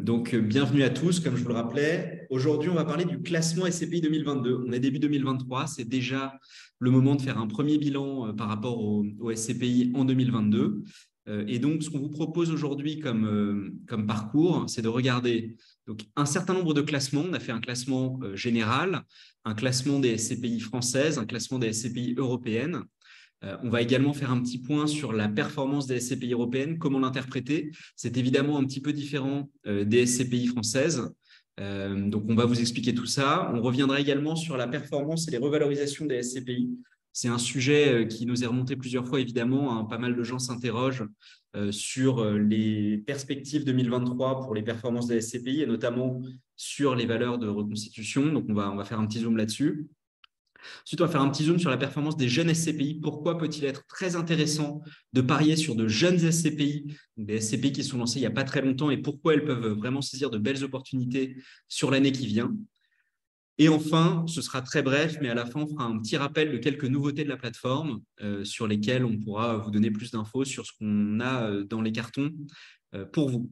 Bienvenue à tous, comme je vous le rappelais. Aujourd'hui, on va parler du classement SCPI 2022. On est début 2023, c'est déjà le moment de faire un premier bilan par rapport au SCPI en 2022. Et donc, ce qu'on vous propose aujourd'hui comme parcours, c'est de regarder un certain nombre de classements. On a fait un classement général, un classement des SCPI françaises, un classement des SCPI européennes. On va également faire un petit point sur la performance des SCPI européennes, comment l'interpréter. C'est évidemment un petit peu différent des SCPI françaises. Donc, on va vous expliquer tout ça. On reviendra également sur la performance et les revalorisations des SCPI. C'est un sujet qui nous est remonté plusieurs fois, évidemment, hein. Pas mal de gens s'interrogent sur les perspectives 2023 pour les performances des SCPI et notamment sur les valeurs de reconstitution. Donc, on va faire un petit zoom là-dessus. Ensuite, on va faire un petit zoom sur la performance des jeunes SCPI. Pourquoi peut-il être très intéressant de parier sur de jeunes SCPI, des SCPI qui sont lancés il n'y a pas très longtemps, et pourquoi elles peuvent vraiment saisir de belles opportunités sur l'année qui vient. Et enfin, ce sera très bref, mais à la fin, on fera un petit rappel de quelques nouveautés de la plateforme sur lesquelles on pourra vous donner plus d'infos sur ce qu'on a dans les cartons pour vous.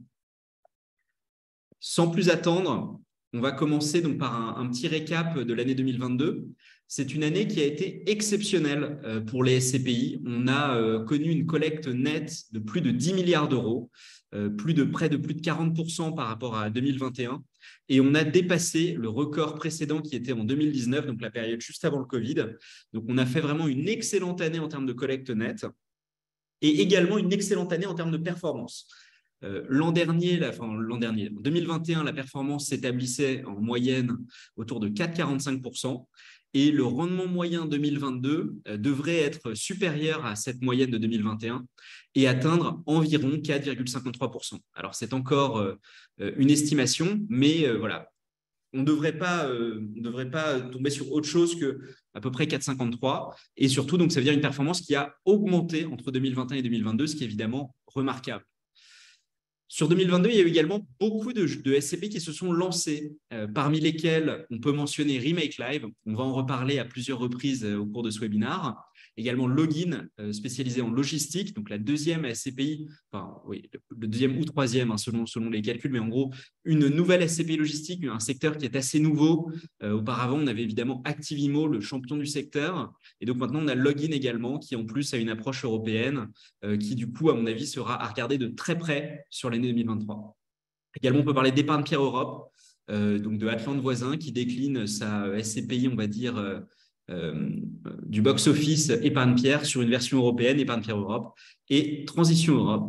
Sans plus attendre, on va commencer donc par un petit récap de l'année 2022. C'est une année qui a été exceptionnelle pour les SCPI. On a connu une collecte nette de plus de 10 milliards d'euros, plus de 40% par rapport à 2021. Et on a dépassé le record précédent qui était en 2019, donc la période juste avant le Covid. Donc, on a fait vraiment une excellente année en termes de collecte nette et également une excellente année en termes de performance. L'an dernier, en 2021, la performance s'établissait en moyenne autour de 4,45%. Et le rendement moyen 2022 devrait être supérieur à cette moyenne de 2021 et atteindre environ 4,53%. Alors, c'est encore une estimation, mais voilà, on ne devrait pas tomber sur autre chose que à peu près 4,53. Et surtout, donc, ça veut dire une performance qui a augmenté entre 2021 et 2022, ce qui est évidemment remarquable. Sur 2022, il y a eu également beaucoup de SCPI qui se sont lancés, parmi lesquels on peut mentionner Remake Live. On va en reparler à plusieurs reprises au cours de ce webinaire. Également Login, spécialisé en logistique, donc la deuxième SCPI, enfin oui, le deuxième ou troisième, hein, selon les calculs, mais en gros, une nouvelle SCPI logistique, un secteur qui est assez nouveau. Auparavant, on avait évidemment Activimo, le champion du secteur. Et donc maintenant, on a Login également, qui en plus a une approche européenne, qui du coup, à mon avis, sera à regarder de très près sur l'année 2023. Également, on peut parler d'Épargne Pierre Europe, donc de Atlante Voisin, qui décline sa SCPI, on va dire, du box-office Épargne Pierre sur une version européenne, Épargne Pierre Europe, et Transition Europe.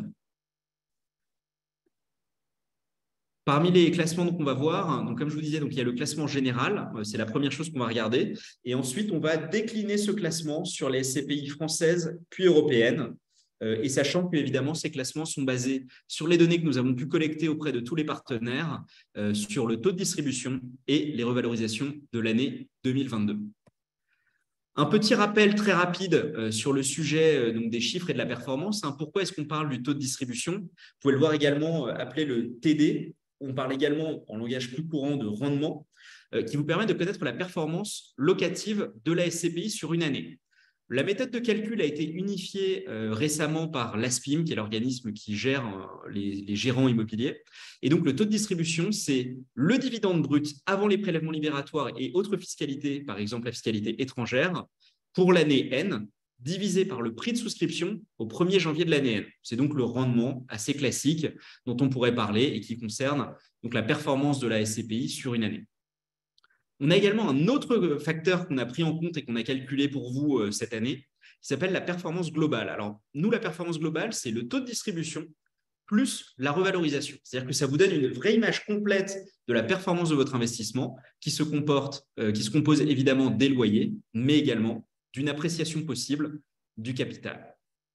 Parmi les classements qu'on va voir, donc comme je vous disais, donc il y a le classement général, c'est la première chose qu'on va regarder. Et ensuite, on va décliner ce classement sur les SCPI françaises puis européennes. Et sachant que, évidemment, ces classements sont basés sur les données que nous avons pu collecter auprès de tous les partenaires, sur le taux de distribution et les revalorisations de l'année 2022. Un petit rappel très rapide sur le sujet donc des chiffres et de la performance. Pourquoi est-ce qu'on parle du taux de distribution? Vous pouvez le voir également appelé le TD. On parle également en langage plus courant de rendement, qui vous permet de connaître la performance locative de la SCPI sur une année. La méthode de calcul a été unifiée récemment par l'ASPIM, qui est l'organisme qui gère les gérants immobiliers. Et donc, le taux de distribution, c'est le dividende brut avant les prélèvements libératoires et autres fiscalités, par exemple la fiscalité étrangère, pour l'année N, divisé par le prix de souscription au 1er janvier de l'année N. C'est donc le rendement assez classique dont on pourrait parler et qui concerne donc la performance de la SCPI sur une année. On a également un autre facteur qu'on a pris en compte et qu'on a calculé pour vous cette année, qui s'appelle la performance globale. Alors, nous, la performance globale, c'est le taux de distribution plus la revalorisation. C'est-à-dire que ça vous donne une vraie image complète de la performance de votre investissement qui se compose évidemment des loyers, mais également d'une appréciation possible du capital.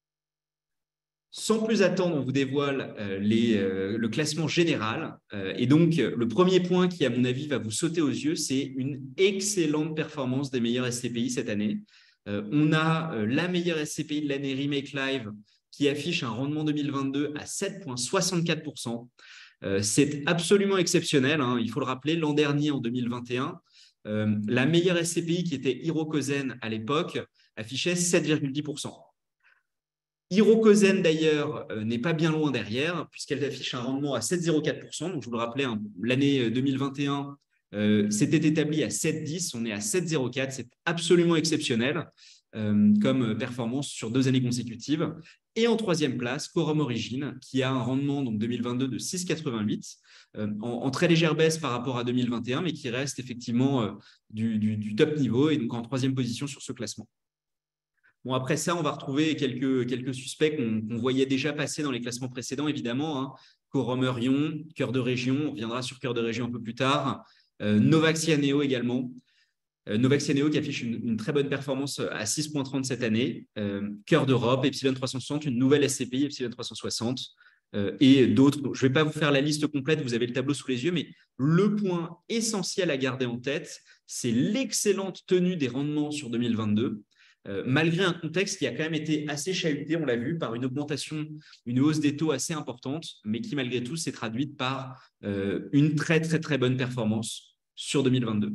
Sans plus attendre, on vous dévoile le classement général. Et donc, le premier point qui, à mon avis, va vous sauter aux yeux, c'est une excellente performance des meilleurs SCPI cette année. On a la meilleure SCPI de l'année Remake Live qui affiche un rendement 2022 à 7,64%. C'est absolument exceptionnel, hein. Il faut le rappeler, l'an dernier, en 2021, la meilleure SCPI qui était Hirokozen à l'époque affichait 7,10%. Hirokozen, d'ailleurs, n'est pas bien loin derrière, puisqu'elle affiche un rendement à 7,04%. Donc, je vous le rappelais, l'année 2021 s'était établi à 7,10. On est à 7,04. C'est absolument exceptionnel comme performance sur 2 années consécutives. Et en troisième place, Quorum Origin, qui a un rendement donc 2022 de 6,88, en très légère baisse par rapport à 2021, mais qui reste effectivement du top niveau et donc en troisième position sur ce classement. Bon, après ça, on va retrouver quelques suspects qu'on voyait déjà passer dans les classements précédents, évidemment. Hein. Quorum Orion, Cœur de Région, on reviendra sur Cœur de Région un peu plus tard. Novaxianeo également. Novaxianeo qui affiche une très bonne performance à 6,30 cette année. Cœur d'Europe, Epsilon 360, une nouvelle SCPI, Epsilon 360, et d'autres. Donc, je ne vais pas vous faire la liste complète, vous avez le tableau sous les yeux, mais le point essentiel à garder en tête, c'est l'excellente tenue des rendements sur 2022. Malgré un contexte qui a quand même été assez chahuté, on l'a vu, par une augmentation, une hausse des taux assez importante, mais qui malgré tout s'est traduite par une très très très bonne performance sur 2022.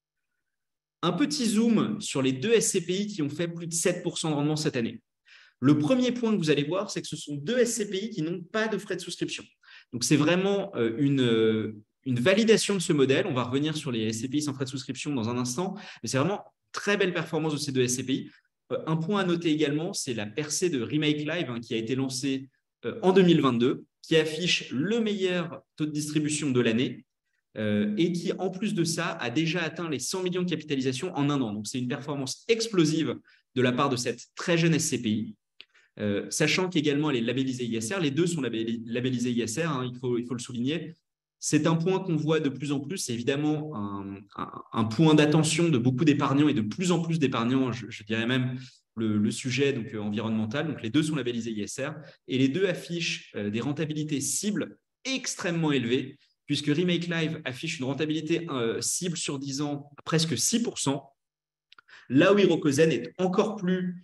Un petit zoom sur les 2 SCPI qui ont fait plus de 7% de rendement cette année. Le premier point que vous allez voir, c'est que ce sont 2 SCPI qui n'ont pas de frais de souscription. Donc, c'est vraiment une validation de ce modèle. On va revenir sur les SCPI sans frais de souscription dans un instant, mais c'est vraiment très belle performance de ces 2 SCPI. Un point à noter également, c'est la percée de Remake Live qui a été lancée en 2022, qui affiche le meilleur taux de distribution de l'année et qui, en plus de ça, a déjà atteint les 100 millions de capitalisation en 1 an. Donc, c'est une performance explosive de la part de cette très jeune SCPI. Sachant qu'également elle est labellisée ISR, les 2 sont labellisés ISR, il faut le souligner. C'est un point qu'on voit de plus en plus, c'est évidemment un point d'attention de beaucoup d'épargnants et de plus en plus d'épargnants, je dirais même le sujet donc, environnemental. Donc les 2 sont labellisés ISR et les 2 affichent des rentabilités cibles extrêmement élevées, puisque Remake Live affiche une rentabilité cible sur 10 ans à presque 6%, là où Hirokozen est encore plus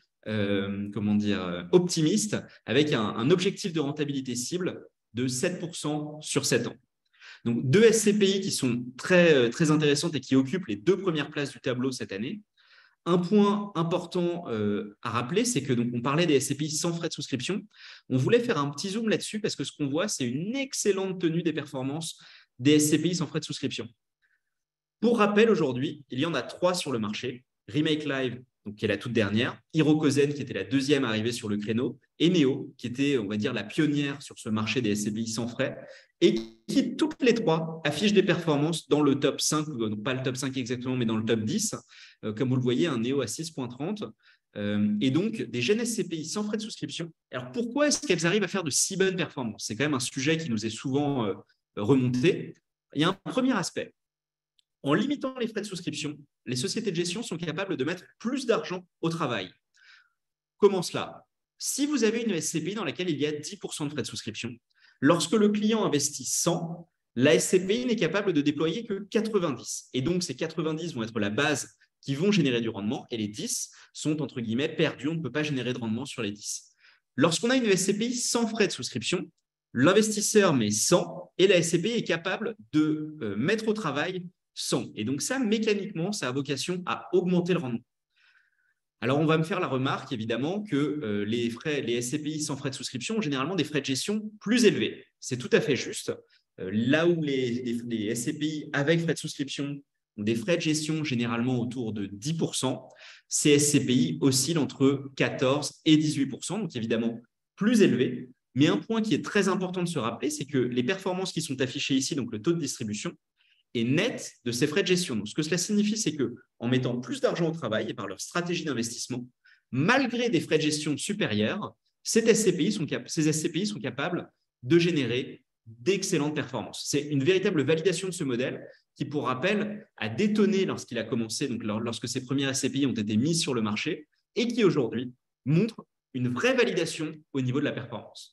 optimiste, avec un objectif de rentabilité cible de 7% sur 7 ans. Donc, 2 SCPI qui sont très, très intéressantes et qui occupent les 2 premières places du tableau cette année. Un point important à rappeler, c'est que donc, on parlait des SCPI sans frais de souscription. On voulait faire un petit zoom là-dessus parce que ce qu'on voit, c'est une excellente tenue des performances des SCPI sans frais de souscription. Pour rappel, aujourd'hui, il y en a 3 sur le marché. Remake Live, donc, qui est la toute dernière, Hirokozen, qui était la 2e arrivée sur le créneau, et Neo, qui était, on va dire, la pionnière sur ce marché des SCPI sans frais, et qui, toutes les 3, affichent des performances dans le top 5, donc pas le top 5 exactement, mais dans le top 10. Comme vous le voyez, un Neo à 6,30, et donc des jeunes SCPI sans frais de souscription. Alors, pourquoi est-ce qu'elles arrivent à faire de si bonnes performances? C'est quand même un sujet qui nous est souvent remonté. Il y a un premier aspect. En limitant les frais de souscription, les sociétés de gestion sont capables de mettre plus d'argent au travail. Comment cela? Si vous avez une SCPI dans laquelle il y a 10% de frais de souscription, lorsque le client investit 100, la SCPI n'est capable de déployer que 90. Et donc, ces 90 vont être la base qui vont générer du rendement et les 10 sont, entre guillemets, perdus. On ne peut pas générer de rendement sur les 10. Lorsqu'on a une SCPI sans frais de souscription, l'investisseur met 100 et la SCPI est capable de mettre au travail 100. Et donc ça, mécaniquement, ça a vocation à augmenter le rendement. Alors, on va me faire la remarque, évidemment, que les SCPI sans frais de souscription ont généralement des frais de gestion plus élevés. C'est tout à fait juste. Là où les SCPI avec frais de souscription ont des frais de gestion généralement autour de 10%, ces SCPI oscillent entre 14 et 18%, donc évidemment plus élevés. Mais un point qui est très important de se rappeler, c'est que les performances qui sont affichées ici, donc le taux de distribution, est net de ces frais de gestion. Donc, ce que cela signifie, c'est qu'en mettant plus d'argent au travail et par leur stratégie d'investissement, malgré des frais de gestion supérieurs, ces SCPI sont capables de générer d'excellentes performances. C'est une véritable validation de ce modèle qui, pour rappel, a détonné lorsqu'il a commencé, donc lorsque ces premières SCPI ont été mises sur le marché et qui aujourd'hui montre une vraie validation au niveau de la performance.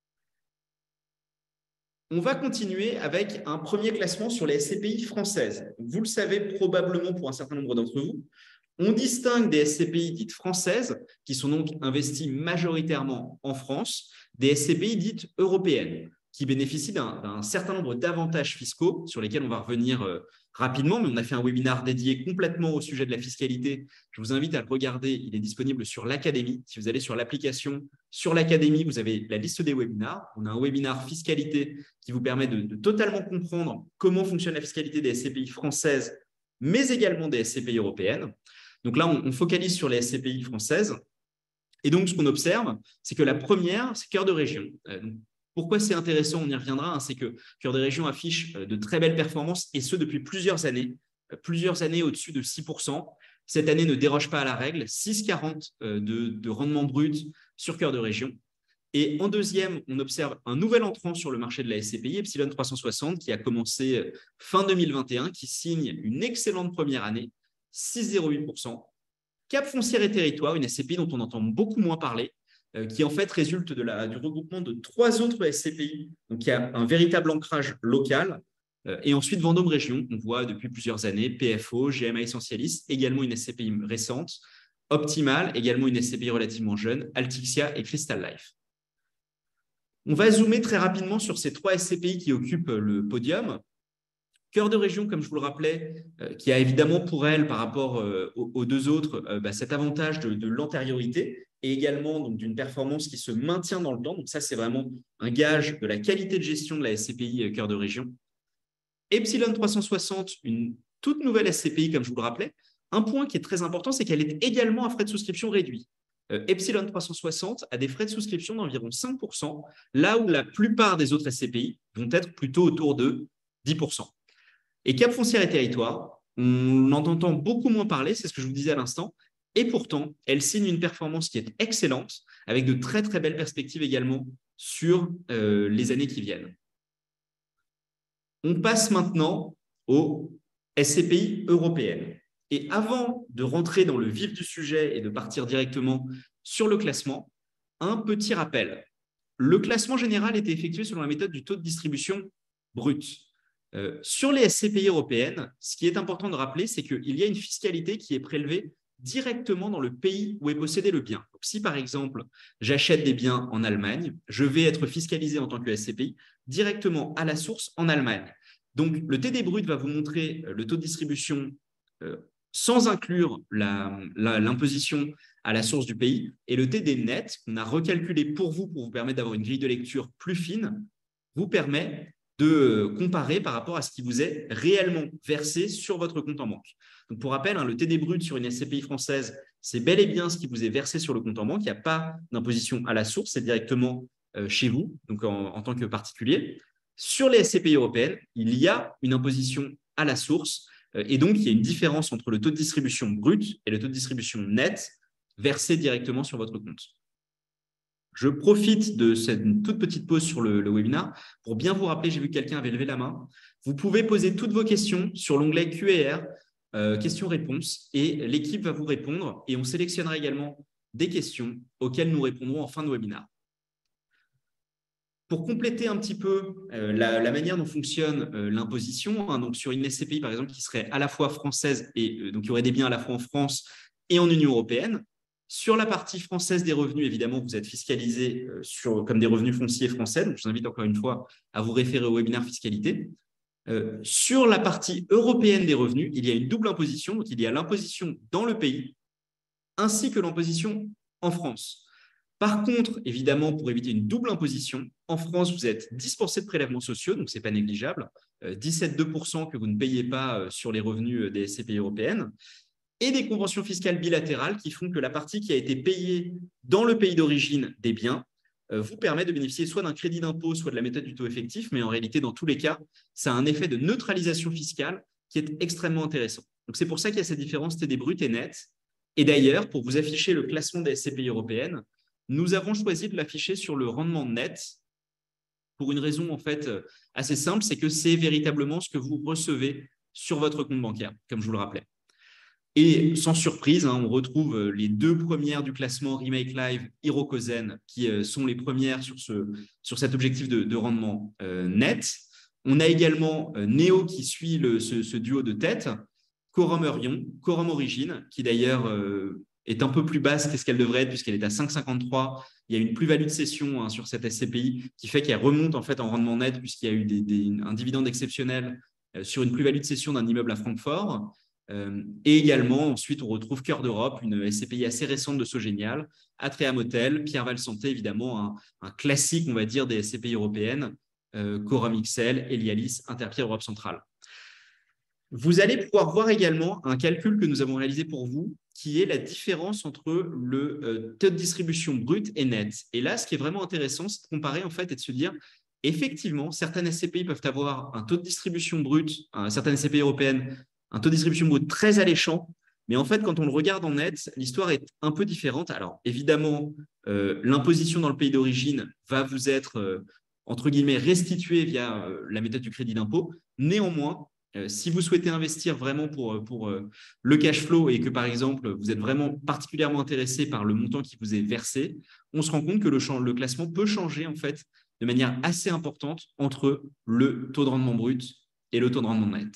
On va continuer avec un premier classement sur les SCPI françaises. Vous le savez probablement pour un certain nombre d'entre vous, on distingue des SCPI dites françaises, qui sont donc investies majoritairement en France, des SCPI dites européennes. qui bénéficient d'un certain nombre d'avantages fiscaux sur lesquels on va revenir rapidement, mais on a fait un webinaire dédié complètement au sujet de la fiscalité. Je vous invite à le regarder, il est disponible sur l'Académie. Si vous allez sur l'application, sur l'Académie, vous avez la liste des webinaires. On a un webinaire fiscalité qui vous permet de totalement comprendre comment fonctionne la fiscalité des SCPI françaises, mais également des SCPI européennes. Donc là, on focalise sur les SCPI françaises. Et donc, ce qu'on observe, c'est que la première, c'est cœur de région. Pourquoi c'est intéressant, on y reviendra, hein, c'est que Cœur de Région affiche de très belles performances, et ce depuis plusieurs années au-dessus de 6%. Cette année ne déroge pas à la règle, 6,40 de rendement brut sur Cœur de Région. Et en deuxième, on observe un nouvel entrant sur le marché de la SCPI, Epsilon 360, qui a commencé fin 2021, qui signe une excellente première année, 6,08%. Cap Foncière et Territoire, une SCPI dont on entend beaucoup moins parler, qui en fait résulte du regroupement de 3 autres SCPI, donc il y a un véritable ancrage local. Et ensuite, Vendôme Région, on voit depuis plusieurs années, PFO, GMA Essentialis, également une SCPI récente, Optimal, également une SCPI relativement jeune, Altixia et Crystal Life. On va zoomer très rapidement sur ces 3 SCPI qui occupent le podium. Cœur de Région, comme je vous le rappelais, qui a évidemment pour elle, par rapport aux 2 autres, cet avantage de l'antériorité et également d'une performance qui se maintient dans le temps. Donc ça, c'est vraiment un gage de la qualité de gestion de la SCPI Cœur de Région. Epsilon 360, une toute nouvelle SCPI, comme je vous le rappelais. Un point qui est très important, c'est qu'elle est également à frais de souscription réduits. Epsilon 360 a des frais de souscription d'environ 5%, là où la plupart des autres SCPI vont être plutôt autour de 10%. Et Cap Foncière et Territoire, on en entend beaucoup moins parler, c'est ce que je vous disais à l'instant, et pourtant, elle signe une performance qui est excellente, avec de très très belles perspectives également sur les années qui viennent. On passe maintenant aux SCPI européennes. Et avant de rentrer dans le vif du sujet et de partir directement sur le classement, un petit rappel. Le classement général était effectué selon la méthode du taux de distribution brut. Sur les SCPI européennes, ce qui est important de rappeler, c'est qu'il y a une fiscalité qui est prélevée directement dans le pays où est possédé le bien. Donc, si par exemple, j'achète des biens en Allemagne, je vais être fiscalisé en tant que SCPI directement à la source en Allemagne. Donc, le TD brut va vous montrer le taux de distribution sans inclure l'imposition à la source du pays, et le TD net, qu'on a recalculé pour vous permettre d'avoir une grille de lecture plus fine, vous permet de comparer par rapport à ce qui vous est réellement versé sur votre compte en banque. Donc, pour rappel, le TD brut sur une SCPI française, c'est bel et bien ce qui vous est versé sur le compte en banque. Il n'y a pas d'imposition à la source, c'est directement chez vous, donc en tant que particulier. Sur les SCPI européennes, il y a une imposition à la source, et donc il y a une différence entre le taux de distribution brut et le taux de distribution net versé directement sur votre compte. Je profite de cette toute petite pause sur le webinaire pour bien vous rappeler, j'ai vu que quelqu'un avait levé la main. Vous pouvez poser toutes vos questions sur l'onglet Q&R, questions-réponses, et l'équipe va vous répondre. Et on sélectionnera également des questions auxquelles nous répondrons en fin de webinaire. Pour compléter un petit peu la manière dont fonctionne l'imposition, donc sur une SCPI par exemple qui serait à la fois française et donc il y aurait des biens à la fois en France et en Union européenne. Sur la partie française des revenus, évidemment, vous êtes fiscalisé comme des revenus fonciers français. Donc, je vous invite encore une fois à vous référer au webinaire fiscalité. Sur la partie européenne des revenus, il y a une double imposition. Donc, il y a l'imposition dans le pays ainsi que l'imposition en France. Par contre, évidemment, pour éviter une double imposition, en France, vous êtes dispensé de prélèvements sociaux, donc ce n'est pas négligeable, 17,2% que vous ne payez pas sur les revenus des SCPI européennes, et des conventions fiscales bilatérales qui font que la partie qui a été payée dans le pays d'origine des biens vous permet de bénéficier soit d'un crédit d'impôt, soit de la méthode du taux effectif, mais en réalité, dans tous les cas, ça a un effet de neutralisation fiscale qui est extrêmement intéressant. Donc, c'est pour ça qu'il y a cette différence TD brut et net. Et d'ailleurs, pour vous afficher le classement des SCPI européennes, nous avons choisi de l'afficher sur le rendement net pour une raison en fait assez simple, c'est que c'est véritablement ce que vous recevez sur votre compte bancaire, comme je vous le rappelais. Et sans surprise, on retrouve les 2 premières du classement Remake Live, Hirokozen, qui sont les premières sur cet objectif de rendement net. On a également Neo qui suit ce duo de tête, Quorum Orion, Quorum Origine, qui d'ailleurs est un peu plus basse que ce qu'elle devrait être puisqu'elle est à 5,53. Il y a une plus-value de cession sur cette SCPI qui fait qu'elle remonte en fait en rendement net puisqu'il y a eu un dividende exceptionnel sur une plus-value de cession d'un immeuble à Francfort. Et également, ensuite, on retrouve Cœur d'Europe, une SCPI assez récente de Sogénial, Atria Motel, Pierre Val Santé, évidemment, un classique, on va dire, des SCPI européennes, Corum XL, Elialis, Interpierre Europe Centrale. Vous allez pouvoir voir également un calcul que nous avons réalisé pour vous, qui est la différence entre le taux de distribution brut et net. Et là, ce qui est vraiment intéressant, c'est de comparer en fait et de se dire, effectivement, certaines SCPI peuvent avoir un taux de distribution brut, certaines SCPI européennes, un taux de distribution brut très alléchant, mais en fait, quand on le regarde en net, l'histoire est un peu différente. Alors, évidemment, l'imposition dans le pays d'origine va vous être, entre guillemets, restituée via la méthode du crédit d'impôt. Néanmoins, si vous souhaitez investir vraiment pour le cash flow et que, par exemple, vous êtes vraiment particulièrement intéressé par le montant qui vous est versé, on se rend compte que le classement peut changer en fait de manière assez importante entre le taux de rendement brut et le taux de rendement net.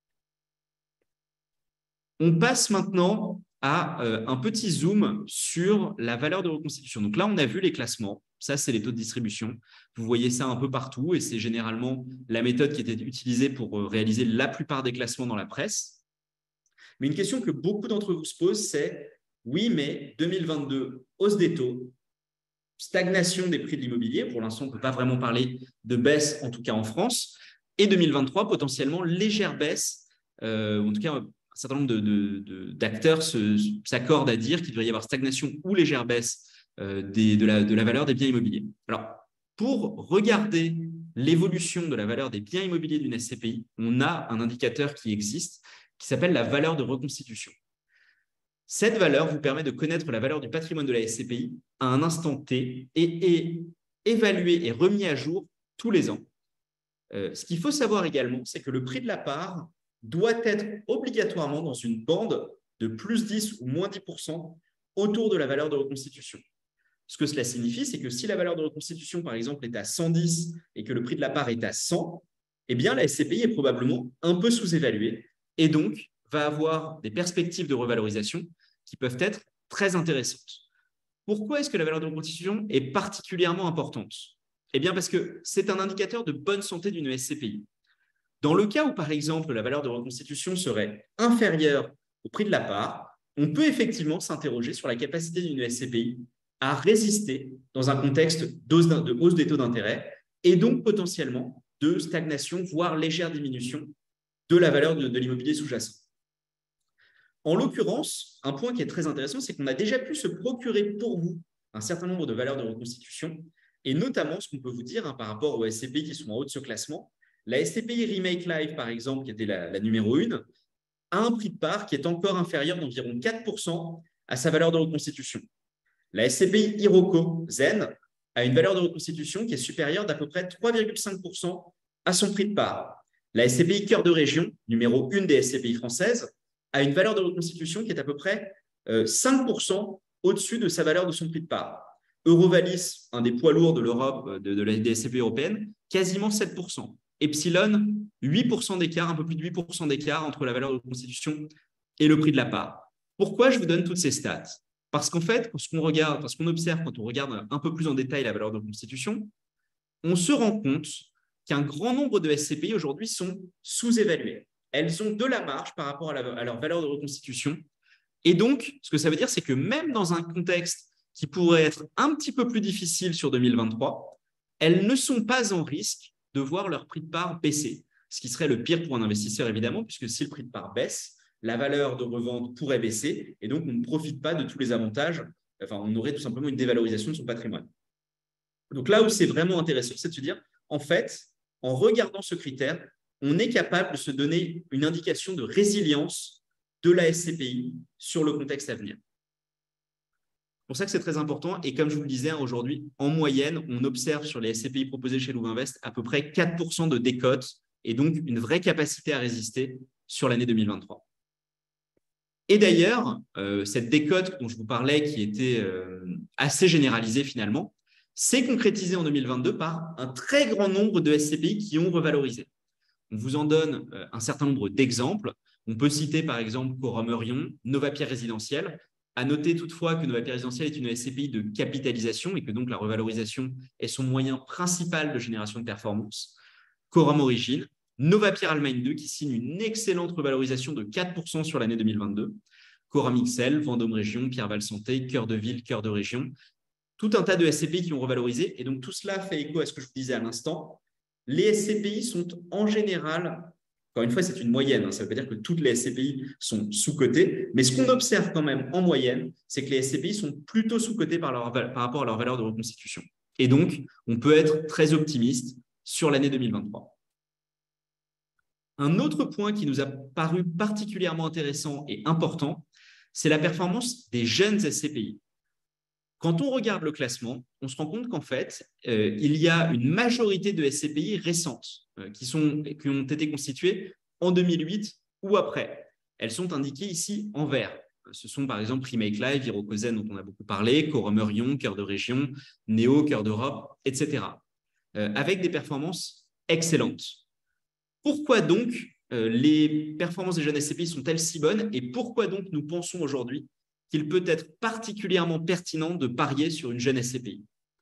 On passe maintenant à un petit zoom sur la valeur de reconstitution. Donc là, on a vu les classements. Ça, c'est les taux de distribution. Vous voyez ça un peu partout et c'est généralement la méthode qui était utilisée pour réaliser la plupart des classements dans la presse. Mais une question que beaucoup d'entre vous se posent, c'est oui, mais 2022, hausse des taux, stagnation des prix de l'immobilier. Pour l'instant, on ne peut pas vraiment parler de baisse, en tout cas en France. Et 2023, potentiellement légère baisse, en tout cas, un certain nombre d'acteurs s'accordent à dire qu'il devrait y avoir stagnation ou légère baisse de la valeur des biens immobiliers. Alors, pour regarder l'évolution de la valeur des biens immobiliers d'une SCPI, on a un indicateur qui existe qui s'appelle la valeur de reconstitution. Cette valeur vous permet de connaître la valeur du patrimoine de la SCPI à un instant T et est évalué et remis à jour tous les ans. Ce qu'il faut savoir également, c'est que le prix de la part doit être obligatoirement dans une bande de plus 10 ou moins 10% autour de la valeur de reconstitution. Ce que cela signifie, c'est que si la valeur de reconstitution, par exemple, est à 110 et que le prix de la part est à 100, eh bien, la SCPI est probablement un peu sous-évaluée et donc va avoir des perspectives de revalorisation qui peuvent être très intéressantes. Pourquoi est-ce que la valeur de reconstitution est particulièrement importante? Eh bien, parce que c'est un indicateur de bonne santé d'une SCPI. Dans le cas où, par exemple, la valeur de reconstitution serait inférieure au prix de la part, on peut effectivement s'interroger sur la capacité d'une SCPI à résister dans un contexte de hausse des taux d'intérêt et donc potentiellement de stagnation, voire légère diminution de la valeur de l'immobilier sous-jacent. En l'occurrence, un point qui est très intéressant, c'est qu'on a déjà pu se procurer pour vous un certain nombre de valeurs de reconstitution et notamment ce qu'on peut vous dire par rapport aux SCPI qui sont en haut de ce classement. La SCPI Remake Live, par exemple, qui était la numéro 1, a un prix de part qui est encore inférieur d'environ 4% à sa valeur de reconstitution. La SCPI Iroko Zen a une valeur de reconstitution qui est supérieure d'à peu près 3,5% à son prix de part. La SCPI Cœur de Région, numéro 1 des SCPI françaises, a une valeur de reconstitution qui est à peu près 5% au-dessus de sa valeur de son prix de part. Eurovalis, un des poids lourds de l'Europe, des SCPI européennes, quasiment 7%. Epsilon, 8% d'écart, un peu plus de 8% d'écart entre la valeur de reconstitution et le prix de la part. Pourquoi je vous donne toutes ces stats? Parce qu'en fait, ce qu'on observe quand on regarde un peu plus en détail la valeur de reconstitution, on se rend compte qu'un grand nombre de SCPI aujourd'hui sont sous-évaluées. Elles ont de la marge par rapport à leur valeur de reconstitution. Et donc, ce que ça veut dire, c'est que même dans un contexte qui pourrait être un petit peu plus difficile sur 2023, elles ne sont pas en risque de voir leur prix de part baisser, ce qui serait le pire pour un investisseur, évidemment, puisque si le prix de part baisse, la valeur de revente pourrait baisser et donc on ne profite pas de tous les avantages. Enfin, on aurait tout simplement une dévalorisation de son patrimoine. Donc là où c'est vraiment intéressant, c'est de se dire, en fait, en regardant ce critère, on est capable de se donner une indication de résilience de la SCPI sur le contexte à venir. C'est pour ça que c'est très important. Et comme je vous le disais, aujourd'hui, en moyenne, on observe sur les SCPI proposées chez Louvainvest à peu près 4% de décote et donc une vraie capacité à résister sur l'année 2023. Et d'ailleurs, cette décote dont je vous parlais, qui était assez généralisée finalement, s'est concrétisée en 2022 par un très grand nombre de SCPI qui ont revalorisé. On vous en donne un certain nombre d'exemples. On peut citer par exemple Corum Eurion, Novapierre Résidentiel, À noter toutefois que Nova Pierre Résidentielle est une SCPI de capitalisation et que donc la revalorisation est son moyen principal de génération de performance. Corum Origine, Nova Pierre Allemagne 2 qui signe une excellente revalorisation de 4% sur l'année 2022. Corum XL, Vendôme Région, Pierre-Val Santé, Cœur de Ville, Cœur de Région. Tout un tas de SCPI qui ont revalorisé. Et donc, tout cela fait écho à ce que je vous disais à l'instant. Les SCPI sont en général, encore une fois, c'est une moyenne. Ça ne veut pas dire que toutes les SCPI sont sous-cotées. Mais ce qu'on observe quand même en moyenne, c'est que les SCPI sont plutôt sous-cotées par rapport à leur valeur de reconstitution. Et donc, on peut être très optimiste sur l'année 2023. Un autre point qui nous a paru particulièrement intéressant et important, c'est la performance des jeunes SCPI. Quand on regarde le classement, on se rend compte qu'en fait, il y a une majorité de SCPI récentes qui ont été constituées en 2008 ou après. Elles sont indiquées ici en vert. Ce sont par exemple Remake Live, Hirokozen dont on a beaucoup parlé, Corum Orion, Cœur de Région, Néo, Cœur d'Europe, etc. Avec des performances excellentes. Pourquoi donc les performances des jeunes SCPI sont-elles si bonnes et pourquoi donc nous pensons aujourd'hui qu'il peut être particulièrement pertinent de parier sur une jeune SCPI?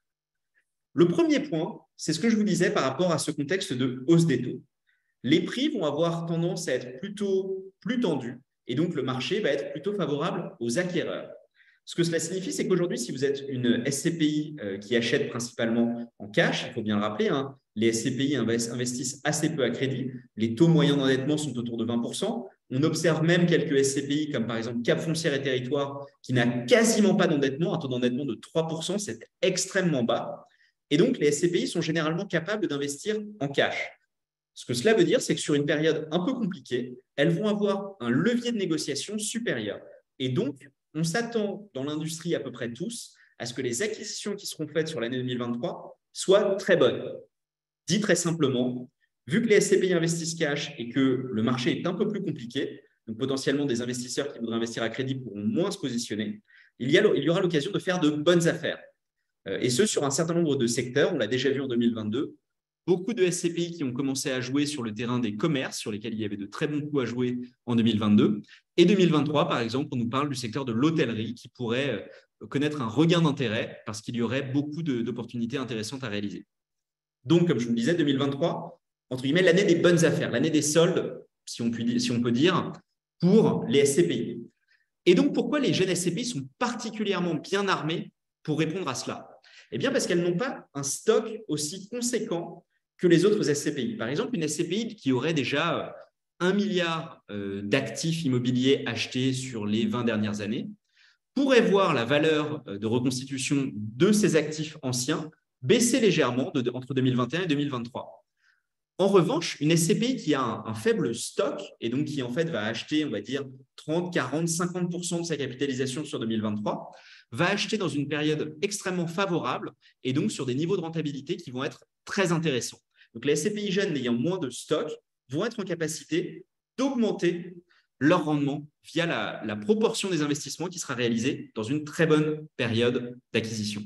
Le premier point, c'est ce que je vous disais par rapport à ce contexte de hausse des taux. Les prix vont avoir tendance à être plutôt plus tendus et donc le marché va être plutôt favorable aux acquéreurs. Ce que cela signifie, c'est qu'aujourd'hui, si vous êtes une SCPI qui achète principalement en cash, il faut bien le rappeler, hein, les SCPI investissent assez peu à crédit. Les taux moyens d'endettement sont autour de 20%. On observe même quelques SCPI, comme par exemple Cap Foncière et Territoire, qui n'a quasiment pas d'endettement, un taux d'endettement de 3%, c'est extrêmement bas. Et donc, les SCPI sont généralement capables d'investir en cash. Ce que cela veut dire, c'est que sur une période un peu compliquée, elles vont avoir un levier de négociation supérieur. Et donc, on s'attend dans l'industrie à peu près tous à ce que les acquisitions qui seront faites sur l'année 2023 soient très bonnes. Dit très simplement, vu que les SCPI investissent cash et que le marché est un peu plus compliqué, donc potentiellement des investisseurs qui voudraient investir à crédit pourront moins se positionner, il y aura l'occasion de faire de bonnes affaires. Et ce, sur un certain nombre de secteurs, on l'a déjà vu en 2022, beaucoup de SCPI qui ont commencé à jouer sur le terrain des commerces, sur lesquels il y avait de très bons coups à jouer en 2022. Et 2023, par exemple, on nous parle du secteur de l'hôtellerie qui pourrait connaître un regain d'intérêt parce qu'il y aurait beaucoup d'opportunités intéressantes à réaliser. Donc, comme je vous le disais, 2023, entre guillemets, l'année des bonnes affaires, l'année des soldes, si on peut dire, pour les SCPI. Et donc, pourquoi les jeunes SCPI sont particulièrement bien armés pour répondre à cela? Eh bien, parce qu'elles n'ont pas un stock aussi conséquent que les autres SCPI. Par exemple, une SCPI qui aurait déjà 1 milliard d'actifs immobiliers achetés sur les 20 dernières années pourrait voir la valeur de reconstitution de ces actifs anciens baisser légèrement entre 2021 et 2023. En revanche, une SCPI qui a un faible stock et donc qui en fait va acheter, on va dire, 30, 40, 50% de sa capitalisation sur 2023, va acheter dans une période extrêmement favorable et donc sur des niveaux de rentabilité qui vont être très intéressants. Donc les SCPI jeunes n'ayant moins de stock vont être en capacité d'augmenter leur rendement via la proportion des investissements qui sera réalisée dans une très bonne période d'acquisition.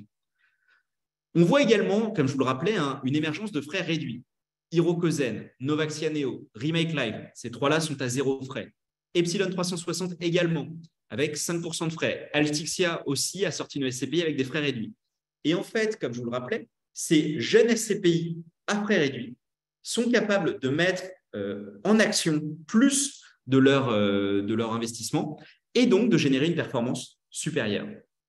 On voit également, comme je vous le rappelais, une émergence de frais réduits. Hirokozen, Novaxia Neo, Remake Live, ces trois-là sont à zéro frais. Epsilon 360 également, avec 5% de frais. Altixia aussi a sorti une SCPI avec des frais réduits. Et en fait, comme je vous le rappelais, ces jeunes SCPI à frais réduits sont capables de mettre en action plus de leur investissement et donc de générer une performance supérieure.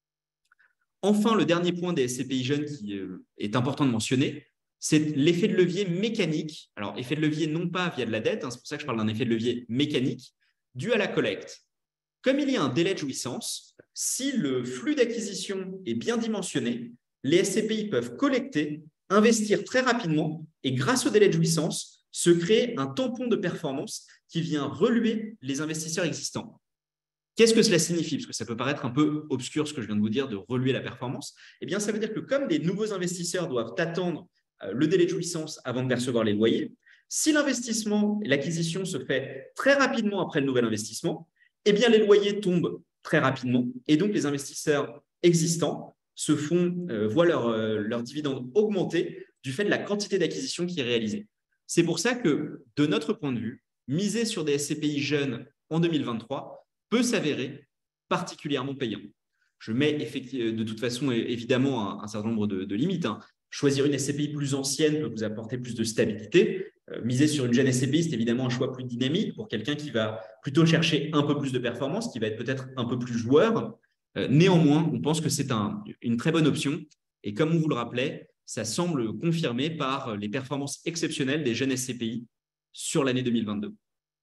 Enfin, le dernier point des SCPI jeunes qui est important de mentionner, c'est l'effet de levier mécanique. Alors, effet de levier non pas via de la dette, c'est pour ça que je parle d'un effet de levier mécanique, dû à la collecte. Comme il y a un délai de jouissance, si le flux d'acquisition est bien dimensionné, les SCPI peuvent collecter, investir très rapidement et grâce au délai de jouissance, se créer un tampon de performance qui vient reluer les investisseurs existants. Qu'est-ce que cela signifie? Parce que ça peut paraître un peu obscur ce que je viens de vous dire de reluer la performance. Eh bien, ça veut dire que comme les nouveaux investisseurs doivent attendre le délai de jouissance avant de percevoir les loyers, si l'investissement et l'acquisition se fait très rapidement après le nouvel investissement, eh bien, les loyers tombent très rapidement et donc les investisseurs existants voient leur dividende augmenter du fait de la quantité d'acquisition qui est réalisée. C'est pour ça que, de notre point de vue, miser sur des SCPI jeunes en 2023 peut s'avérer particulièrement payants. Je mets de toute façon évidemment un certain nombre de limites. Choisir une SCPI plus ancienne peut vous apporter plus de stabilité. Miser sur une jeune SCPI, c'est évidemment un choix plus dynamique pour quelqu'un qui va plutôt chercher un peu plus de performance, qui va être peut-être un peu plus joueur. Néanmoins, on pense que c'est une très bonne option. Et comme on vous le rappelait, ça semble confirmé par les performances exceptionnelles des jeunes SCPI sur l'année 2022.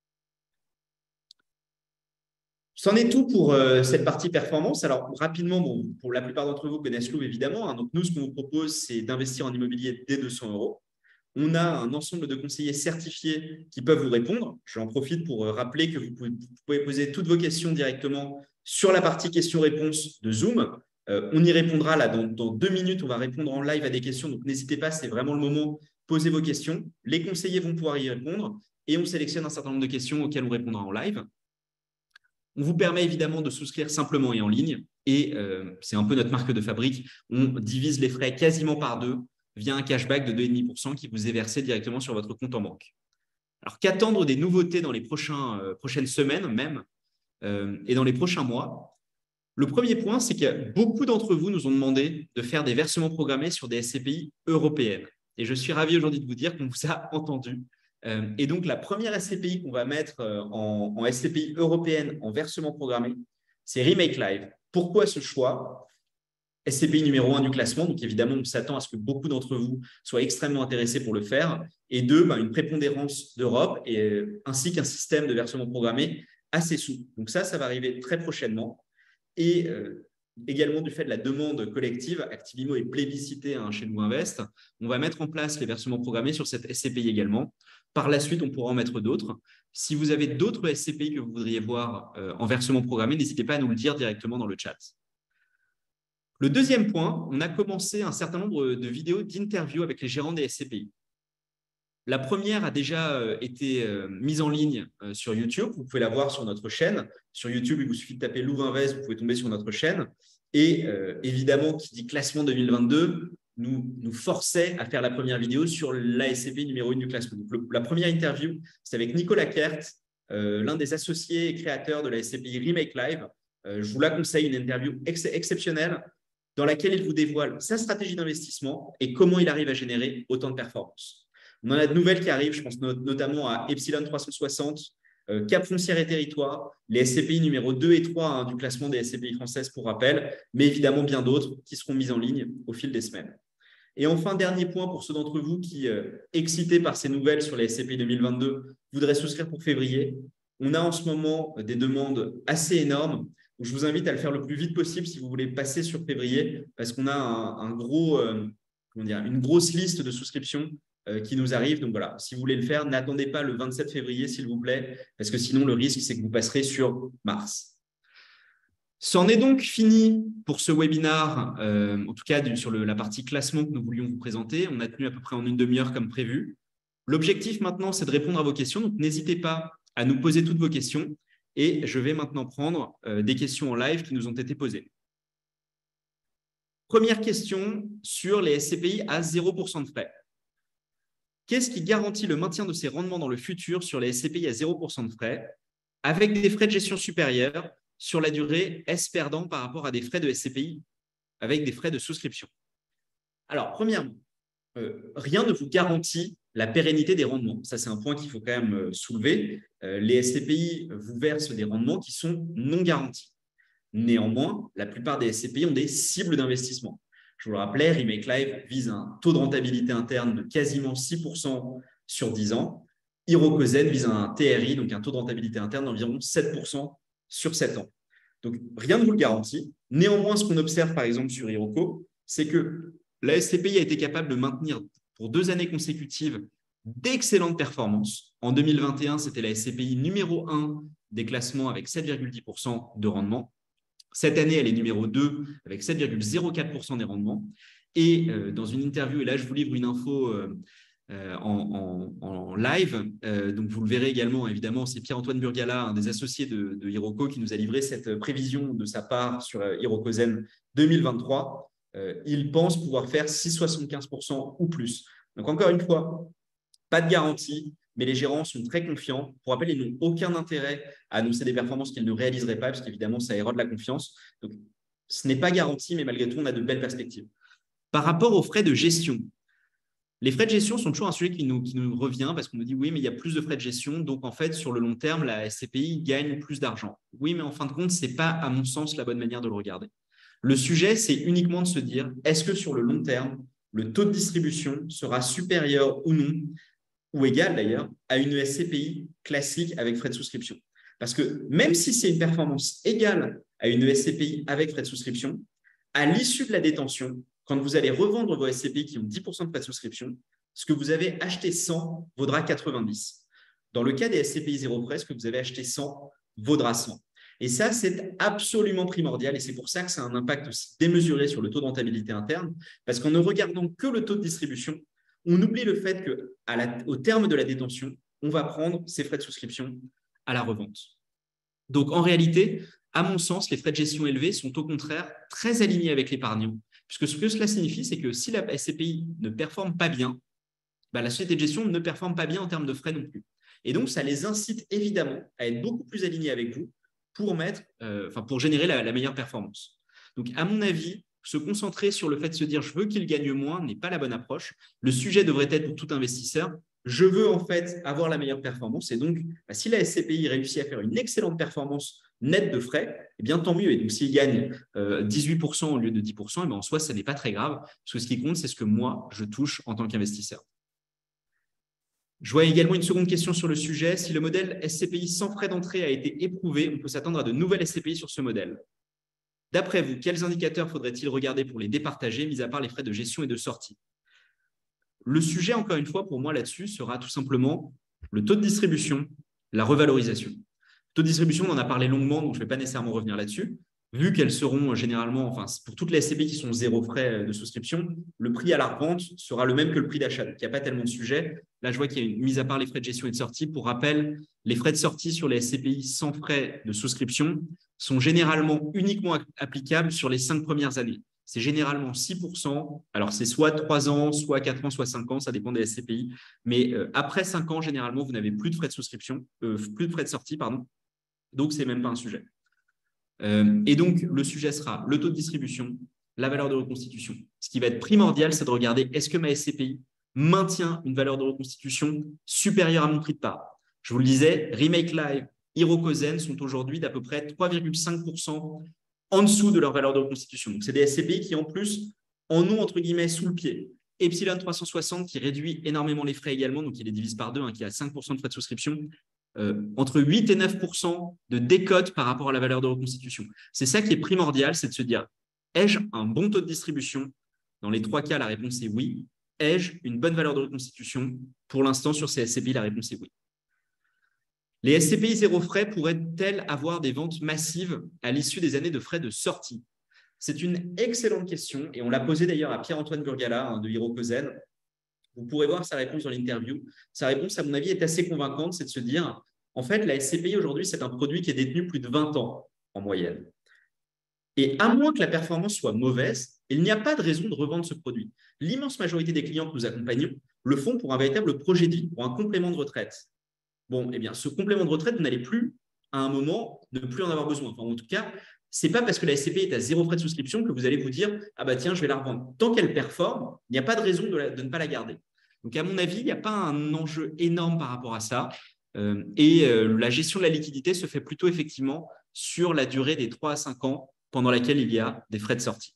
C'en est tout pour cette partie performance. Alors, rapidement, pour la plupart d'entre vous connaissent Louvre, évidemment. Donc, nous, ce qu'on vous propose, c'est d'investir en immobilier dès 200 €. On a un ensemble de conseillers certifiés qui peuvent vous répondre. J'en profite pour rappeler que vous pouvez poser toutes vos questions directement sur la partie questions-réponses de Zoom. On y répondra là dans 2 minutes. On va répondre en live à des questions. Donc, n'hésitez pas, c'est vraiment le moment. Posez vos questions. Les conseillers vont pouvoir y répondre et on sélectionne un certain nombre de questions auxquelles on répondra en live. On vous permet évidemment de souscrire simplement et en ligne. Et c'est un peu notre marque de fabrique. On divise les frais quasiment par 2 via un cashback de 2,5% qui vous est versé directement sur votre compte en banque. Alors, qu'attendre des nouveautés dans les prochaines semaines même et dans les prochains mois? Le premier point, c'est que beaucoup d'entre vous nous ont demandé de faire des versements programmés sur des SCPI européennes. Et je suis ravi aujourd'hui de vous dire qu'on vous a entendu. Et donc, la première SCPI qu'on va mettre en SCPI européenne en versement programmé, c'est Remake Live. Pourquoi ce choix? SCPI numéro 1 du classement, donc évidemment, on s'attend à ce que beaucoup d'entre vous soient extrêmement intéressés pour le faire. Et 2, une prépondérance d'Europe ainsi qu'un système de versement programmé assez souple. Donc ça va arriver très prochainement. Et également du fait de la demande collective, Activimo est plébiscité chez Nous Invest. On va mettre en place les versements programmés sur cette SCPI également. Par la suite, on pourra en mettre d'autres. Si vous avez d'autres SCPI que vous voudriez voir en versement programmé, n'hésitez pas à nous le dire directement dans le chat. Le deuxième point, on a commencé un certain nombre de vidéos d'interviews avec les gérants des SCPI. La première a déjà été mise en ligne sur YouTube. Vous pouvez la voir sur notre chaîne. Sur YouTube, il vous suffit de taper Louvre Invest, vous pouvez tomber sur notre chaîne. Et évidemment, qui dit classement 2022, nous forçait à faire la première vidéo sur la SCPI numéro 1 du classement. Donc, la première interview, c'est avec Nicolas Kert, l'un des associés et créateurs de la SCPI Remake Live. Je vous la conseille, une interview exceptionnelle dans laquelle il vous dévoile sa stratégie d'investissement et comment il arrive à générer autant de performances. On en a de nouvelles qui arrivent, je pense notamment à Epsilon 360, Cap Foncière et Territoire, les SCPI numéro 2 et 3 du classement des SCPI françaises pour rappel, mais évidemment bien d'autres qui seront mises en ligne au fil des semaines. Et enfin, dernier point pour ceux d'entre vous qui, excités par ces nouvelles sur les SCPI 2022, voudraient souscrire pour février. On a en ce moment des demandes assez énormes. Donc, je vous invite à le faire le plus vite possible si vous voulez passer sur février, parce qu'on a une grosse liste de souscriptions qui nous arrive. Donc voilà, si vous voulez le faire, n'attendez pas le 27 février, s'il vous plaît, parce que sinon, le risque, c'est que vous passerez sur mars. C'en est donc fini pour ce webinaire, en tout cas sur la partie classement que nous voulions vous présenter. On a tenu à peu près en une demi-heure comme prévu. L'objectif maintenant, c'est de répondre à vos questions. Donc, n'hésitez pas à nous poser toutes vos questions. Et je vais maintenant prendre des questions en live qui nous ont été posées. Première question sur les SCPI à 0% de frais. Qu'est-ce qui garantit le maintien de ces rendements dans le futur sur les SCPI à 0% de frais avec des frais de gestion supérieurs sur la durée, est-ce perdant par rapport à des frais de SCPI avec des frais de souscription? Alors, premièrement, rien ne vous garantit la pérennité des rendements. Ça, c'est un point qu'il faut quand même soulever. Les SCPI vous versent des rendements qui sont non garantis. Néanmoins, la plupart des SCPI ont des cibles d'investissement. Je vous le rappelais, Remake Live vise un taux de rentabilité interne de quasiment 6% sur 10 ans. Hirokozen vise un TRI, donc un taux de rentabilité interne d'environ 7% sur 7 ans. Donc, rien ne vous le garantit. Néanmoins, ce qu'on observe, par exemple, sur Hiroko, c'est que la SCPI a été capable de maintenir pour 2 années consécutives d'excellentes performances. En 2021, c'était la SCPI numéro 1 des classements avec 7,10% de rendement. Cette année, elle est numéro 2 avec 7,04% des rendements. Et dans une interview, et là, je vous livre une info en live, donc vous le verrez également, évidemment, c'est Pierre-Antoine Burgala, un des associés de Hiroko, qui nous a livré cette prévision de sa part sur Hirokozen 2023. Il pense pouvoir faire 6,75% ou plus. Donc, encore une fois, pas de garantie, mais les gérants sont très confiants. Pour rappel, ils n'ont aucun intérêt à annoncer des performances qu'ils ne réaliseraient pas, parce qu'évidemment, ça érode la confiance. Donc, ce n'est pas garanti, mais malgré tout, on a de belles perspectives. Par rapport aux frais de gestion, les frais de gestion sont toujours un sujet qui nous revient parce qu'on nous dit oui, mais il y a plus de frais de gestion. Donc, en fait, sur le long terme, la SCPI gagne plus d'argent. Oui, mais en fin de compte, ce n'est pas, à mon sens, la bonne manière de le regarder. Le sujet, c'est uniquement de se dire, est-ce que sur le long terme, le taux de distribution sera supérieur ou non, ou égal d'ailleurs, à une SCPI classique avec frais de souscription? Parce que même si c'est une performance égale à une SCPI avec frais de souscription, à l'issue de la détention, quand vous allez revendre vos SCPI qui ont 10% de frais de souscription, ce que vous avez acheté 100 vaudra 90. Dans le cas des SCPI zéro frais, ce que vous avez acheté 100 vaudra 100. Et ça, c'est absolument primordial et c'est pour ça que ça a un impact aussi démesuré sur le taux de rentabilité interne, parce qu'en ne regardant que le taux de distribution, on oublie le fait qu'au terme de la détention, on va prendre ces frais de souscription à la revente. Donc, en réalité, à mon sens, les frais de gestion élevés sont au contraire très alignés avec l'épargnant, puisque ce que cela signifie, c'est que si la SCPI ne performe pas bien, la société de gestion ne performe pas bien en termes de frais non plus. Et donc, ça les incite évidemment à être beaucoup plus alignés avec vous pour générer la meilleure performance. Donc, à mon avis, se concentrer sur le fait de se dire « je veux qu'il gagne moins » n'est pas la bonne approche. Le sujet devrait être pour tout investisseur « je veux en fait avoir la meilleure performance » et donc, si la SCPI réussit à faire une excellente performance nette de frais, eh bien, tant mieux. Et donc, s'il gagne 18% au lieu de 10%, eh bien, en soi, ça n'est pas très grave, parce que ce qui compte, c'est ce que moi, je touche en tant qu'investisseur. Je vois également une seconde question sur le sujet. Si le modèle SCPI sans frais d'entrée a été éprouvé, on peut s'attendre à de nouvelles SCPI sur ce modèle. D'après vous, quels indicateurs faudrait-il regarder pour les départager, mis à part les frais de gestion et de sortie? Le sujet, encore une fois, pour moi, là-dessus, sera tout simplement le taux de distribution, la revalorisation. Le taux de distribution, on en a parlé longuement, donc je ne vais pas nécessairement revenir là-dessus. Vu qu'elles seront généralement, pour toutes les SCPI qui sont zéro frais de souscription, le prix à la revente sera le même que le prix d'achat. Donc, il n'y a pas tellement de sujet. Là, je vois qu'il y a une mise à part les frais de gestion et de sortie. Pour rappel, les frais de sortie sur les SCPI sans frais de souscription sont généralement uniquement applicables sur les 5 premières années. C'est généralement 6%. Alors, c'est soit 3 ans, soit 4 ans, soit 5 ans, ça dépend des SCPI. Mais après 5 ans, généralement, vous n'avez plus de frais de souscription, plus de frais de sortie, pardon. Donc, ce n'est même pas un sujet. Et donc, le sujet sera le taux de distribution, la valeur de reconstitution. Ce qui va être primordial, c'est de regarder est-ce que ma SCPI maintient une valeur de reconstitution supérieure à mon prix de part. Je vous le disais, Remake Live, Hirokozen sont aujourd'hui d'à peu près 3,5% en dessous de leur valeur de reconstitution. Donc, c'est des SCPI qui, en plus, en ont, entre guillemets, sous le pied. Epsilon 360, qui réduit énormément les frais également, donc il les divise par 2, qui a 5% de frais de souscription, entre 8 et 9% de décote par rapport à la valeur de reconstitution. C'est ça qui est primordial, c'est de se dire, ai-je un bon taux de distribution? Dans les 3 cas, la réponse est oui. Ai-je une bonne valeur de reconstitution? Pour l'instant, sur ces SCPI, la réponse est oui. Les SCPI zéro frais pourraient-elles avoir des ventes massives à l'issue des années de frais de sortie? C'est une excellente question et on l'a posée d'ailleurs à Pierre-Antoine Burgala de Hirokozen. Vous pourrez voir sa réponse dans l'interview. Sa réponse, à mon avis, est assez convaincante, c'est de se dire, en fait, la SCPI aujourd'hui, c'est un produit qui est détenu plus de 20 ans en moyenne. Et à moins que la performance soit mauvaise, il n'y a pas de raison de revendre ce produit. L'immense majorité des clients que nous accompagnons le font pour un véritable projet de vie, pour un complément de retraite. Bon, eh bien, ce complément de retraite, vous n'allez plus, à un moment, ne plus en avoir besoin. Enfin, en tout cas, ce n'est pas parce que la SCPI est à 0 frais de souscription que vous allez vous dire « Ah bah tiens, je vais la revendre ». Tant qu'elle performe, il n'y a pas de raison de ne pas la garder. Donc, à mon avis, il n'y a pas un enjeu énorme par rapport à ça. La gestion de la liquidité se fait plutôt effectivement sur la durée des 3 à 5 ans pendant laquelle il y a des frais de sortie.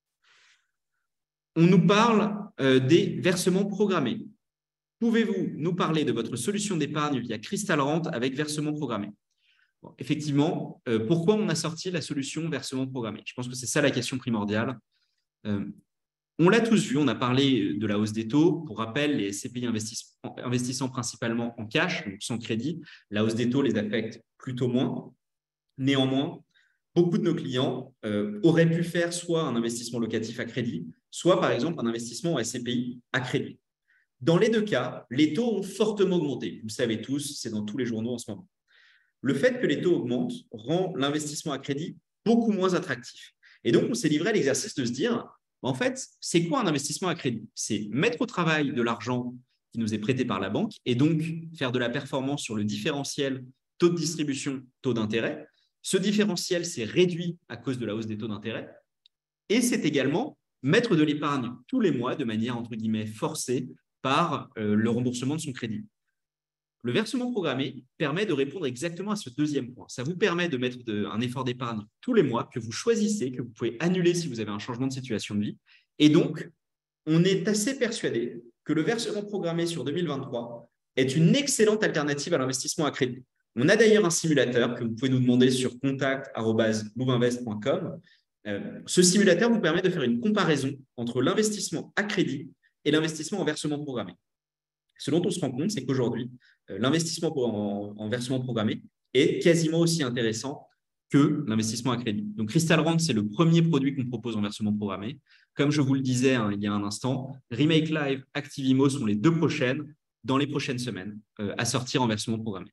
On nous parle des versements programmés. Pouvez-vous nous parler de votre solution d'épargne via Crystal Rente avec versement programmé? Bon, effectivement, pourquoi on a sorti la solution versement programmé? Je pense que c'est ça la question primordiale. On l'a tous vu, on a parlé de la hausse des taux. Pour rappel, les SCPI investissant principalement en cash, donc sans crédit, la hausse des taux les affecte plutôt moins. Néanmoins, beaucoup de nos clients auraient pu faire soit un investissement locatif à crédit, soit par exemple un investissement en SCPI à crédit. Dans les deux cas, les taux ont fortement augmenté. Vous le savez tous, c'est dans tous les journaux en ce moment. Le fait que les taux augmentent rend l'investissement à crédit beaucoup moins attractif. Et donc, on s'est livré à l'exercice de se dire, en fait, c'est quoi un investissement à crédit? C'est mettre au travail de l'argent qui nous est prêté par la banque et donc faire de la performance sur le différentiel taux de distribution, taux d'intérêt. Ce différentiel s'est réduit à cause de la hausse des taux d'intérêt et c'est également mettre de l'épargne tous les mois de manière, entre guillemets, forcée par le remboursement de son crédit. Le versement programmé permet de répondre exactement à ce deuxième point. Ça vous permet de mettre un effort d'épargne tous les mois que vous choisissez, que vous pouvez annuler si vous avez un changement de situation de vie. Et donc, on est assez persuadé que le versement programmé sur 2023 est une excellente alternative à l'investissement à crédit. On a d'ailleurs un simulateur que vous pouvez nous demander sur contact@moveinvest.com. Ce simulateur vous permet de faire une comparaison entre l'investissement à crédit et l'investissement en versement programmé. Ce dont on se rend compte, c'est qu'aujourd'hui, l'investissement en versement programmé est quasiment aussi intéressant que l'investissement à crédit. Donc, Crystal Rent, c'est le premier produit qu'on propose en versement programmé. Comme je vous le disais il y a un instant, Remake Live, Activimo sont les deux prochaines dans les prochaines semaines à sortir en versement programmé.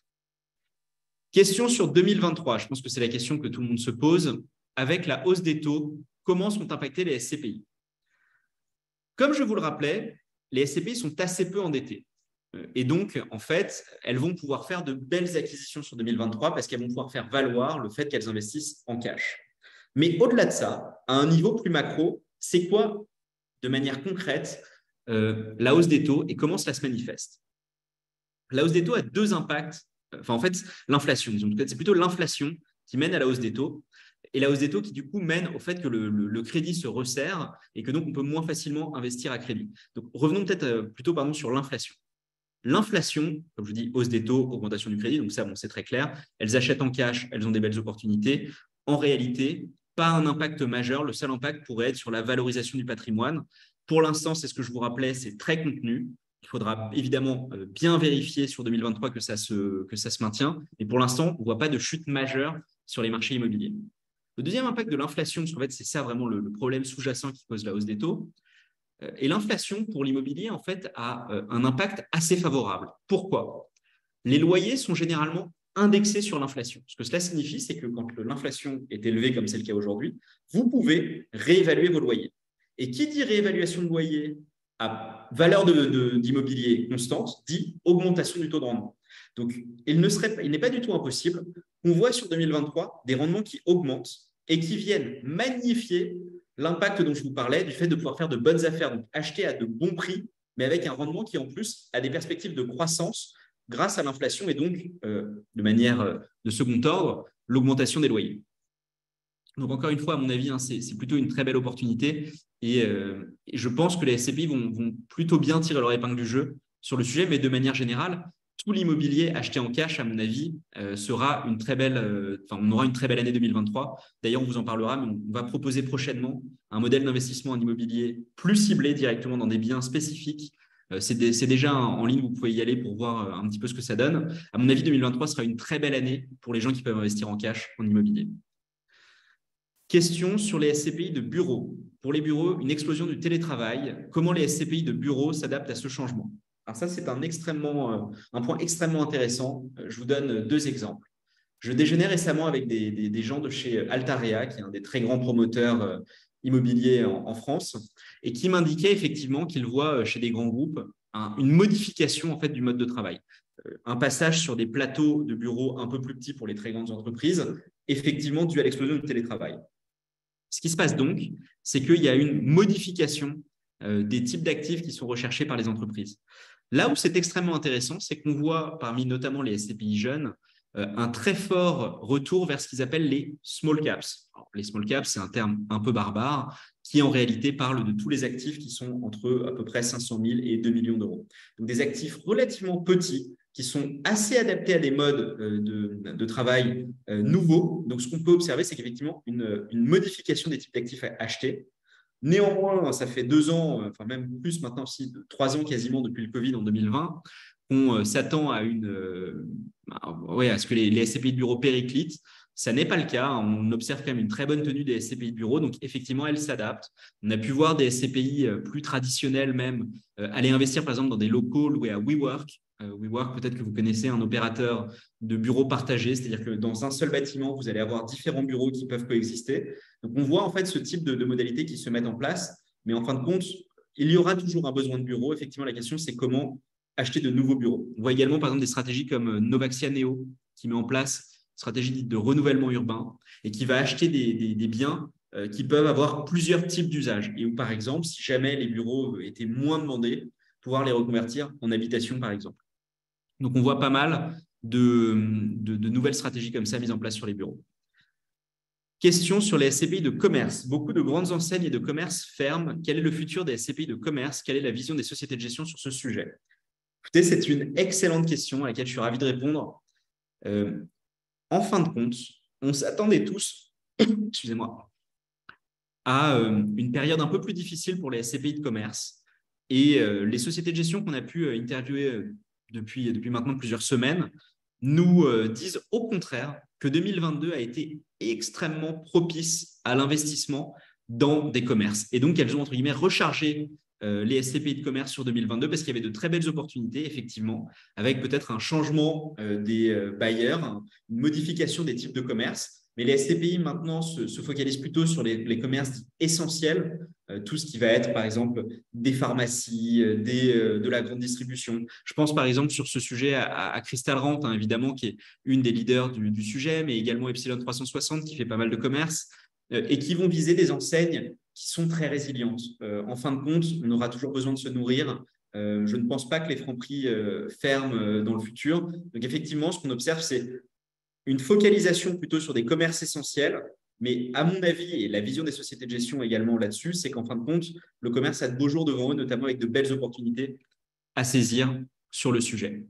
Question sur 2023. Je pense que c'est la question que tout le monde se pose. Avec la hausse des taux, comment sont impactés les SCPI? Comme je vous le rappelais, les SCPI sont assez peu endettées. Et donc, en fait, elles vont pouvoir faire de belles acquisitions sur 2023 parce qu'elles vont pouvoir faire valoir le fait qu'elles investissent en cash. Mais au-delà de ça, à un niveau plus macro, c'est quoi, de manière concrète, la hausse des taux et comment cela se manifeste? La hausse des taux a deux impacts. Enfin, en fait, l'inflation, disons. C'est plutôt l'inflation qui mène à la hausse des taux et la hausse des taux qui, du coup, mène au fait que le crédit se resserre et que donc, on peut moins facilement investir à crédit. Donc, revenons peut-être plutôt sur l'inflation. L'inflation, comme je dis, hausse des taux, augmentation du crédit, donc ça, bon, c'est très clair. Elles achètent en cash, elles ont des belles opportunités. En réalité, pas un impact majeur. Le seul impact pourrait être sur la valorisation du patrimoine. Pour l'instant, c'est ce que je vous rappelais, c'est très contenu. Il faudra évidemment bien vérifier sur 2023 que ça se maintient. Mais pour l'instant, on ne voit pas de chute majeure sur les marchés immobiliers. Le deuxième impact de l'inflation, parce qu'en fait, c'est ça vraiment le problème sous-jacent qui cause la hausse des taux. Et l'inflation pour l'immobilier, en fait, a un impact assez favorable. Pourquoi? Les loyers sont généralement indexés sur l'inflation. Ce que cela signifie, c'est que quand l'inflation est élevée, comme c'est le cas aujourd'hui, vous pouvez réévaluer vos loyers. Et qui dit réévaluation de loyer à valeur d'immobilier constante, dit augmentation du taux de rendement. Donc, il n'est pas du tout impossible qu'on voit sur 2023 des rendements qui augmentent et qui viennent magnifier l'impact dont je vous parlais, du fait de pouvoir faire de bonnes affaires, donc acheter à de bons prix, mais avec un rendement qui, en plus, a des perspectives de croissance grâce à l'inflation et donc, de manière de second ordre, l'augmentation des loyers. Donc, encore une fois, à mon avis, c'est plutôt une très belle opportunité et je pense que les SCPI vont plutôt bien tirer leur épingle du jeu sur le sujet, mais de manière générale, tout l'immobilier acheté en cash, à mon avis, sera une très belle, on aura une très belle année 2023. D'ailleurs, on vous en parlera, mais on va proposer prochainement un modèle d'investissement en immobilier plus ciblé directement dans des biens spécifiques. C'est déjà en ligne, vous pouvez y aller pour voir un petit peu ce que ça donne. À mon avis, 2023 sera une très belle année pour les gens qui peuvent investir en cash en immobilier. Question sur les SCPI de bureau. Pour les bureaux, une explosion du télétravail. Comment les SCPI de bureau s'adaptent à ce changement? Alors ça, c'est un point extrêmement intéressant. Je vous donne deux exemples. Je déjeunais récemment avec des gens de chez Altarea, qui est un des très grands promoteurs immobiliers en France, et qui m'indiquait effectivement qu'ils voient chez des grands groupes une modification en fait, du mode de travail. Un passage sur des plateaux de bureaux un peu plus petits pour les très grandes entreprises, effectivement dû à l'explosion du télétravail. Ce qui se passe donc, c'est qu'il y a une modification des types d'actifs qui sont recherchés par les entreprises. Là où c'est extrêmement intéressant, c'est qu'on voit parmi notamment les SCPI jeunes un très fort retour vers ce qu'ils appellent les small caps. Alors, les small caps, c'est un terme un peu barbare qui en réalité parle de tous les actifs qui sont entre à peu près 500 000 et 2 millions d'euros. Donc des actifs relativement petits qui sont assez adaptés à des modes de travail nouveaux. Donc, ce qu'on peut observer, c'est qu'effectivement, une modification des types d'actifs achetés. Néanmoins, ça fait 2 ans, enfin même plus maintenant aussi, 3 ans quasiment depuis le Covid en 2020, on s'attend à ce que les SCPI de bureau périclitent. Ça n'est pas le cas. On observe quand même une très bonne tenue des SCPI de bureau. Donc, effectivement, elles s'adaptent. On a pu voir des SCPI plus traditionnels même aller investir, par exemple, dans des locaux loués à WeWork. WeWork, peut-être que vous connaissez, un opérateur de bureaux partagés. C'est-à-dire que dans un seul bâtiment, vous allez avoir différents bureaux qui peuvent coexister. Donc, on voit en fait ce type de modalités qui se mettent en place. Mais en fin de compte, il y aura toujours un besoin de bureaux. Effectivement, la question, c'est comment acheter de nouveaux bureaux. On voit également, par exemple, des stratégies comme Novaxia Neo, qui met en place une stratégie dite de renouvellement urbain et qui va acheter des biens qui peuvent avoir plusieurs types d'usages. Et où, par exemple, si jamais les bureaux étaient moins demandés, pouvoir les reconvertir en habitation, par exemple. Donc, on voit pas mal de nouvelles stratégies comme ça mises en place sur les bureaux. Question sur les SCPI de commerce. Beaucoup de grandes enseignes et de commerce ferment. Quel est le futur des SCPI de commerce? Quelle est la vision des sociétés de gestion sur ce sujet? Écoutez, c'est une excellente question à laquelle je suis ravi de répondre. En fin de compte, on s'attendait tous, excusez-moi, à une période un peu plus difficile pour les SCPI de commerce. Et les sociétés de gestion qu'on a pu interviewer depuis maintenant plusieurs semaines nous disent au contraire que 2022 a été extrêmement propice à l'investissement dans des commerces. Et donc, elles ont, entre guillemets, rechargé les SCPI de commerce sur 2022 parce qu'il y avait de très belles opportunités, effectivement, avec peut-être un changement des bailleurs, une modification des types de commerce. Mais les SCPI, maintenant, se focalisent plutôt sur les commerces essentiels, tout ce qui va être, par exemple, des pharmacies, de la grande distribution. Je pense, par exemple, sur ce sujet à Crystal Rent, hein, évidemment, qui est une des leaders du sujet, mais également Epsilon 360, qui fait pas mal de commerce, et qui vont viser des enseignes qui sont très résilientes. En fin de compte, on aura toujours besoin de se nourrir. Je ne pense pas que les Franprix ferment dans le futur. Donc, effectivement, ce qu'on observe, c'est une focalisation plutôt sur des commerces essentiels. Mais à mon avis, et la vision des sociétés de gestion également là-dessus, c'est qu'en fin de compte, le commerce a de beaux jours devant eux, notamment avec de belles opportunités à saisir sur le sujet.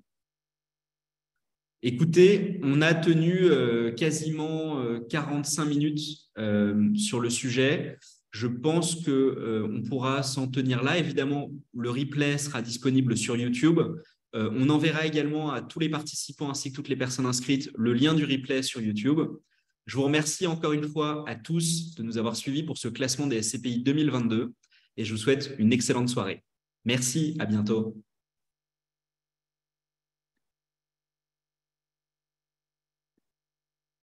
Écoutez, on a tenu quasiment 45 minutes sur le sujet. Je pense qu'on pourra s'en tenir là. Évidemment, le replay sera disponible sur YouTube. On enverra également à tous les participants ainsi que toutes les personnes inscrites le lien du replay sur YouTube. Je vous remercie encore une fois à tous de nous avoir suivis pour ce classement des SCPI 2022 et je vous souhaite une excellente soirée. Merci, à bientôt.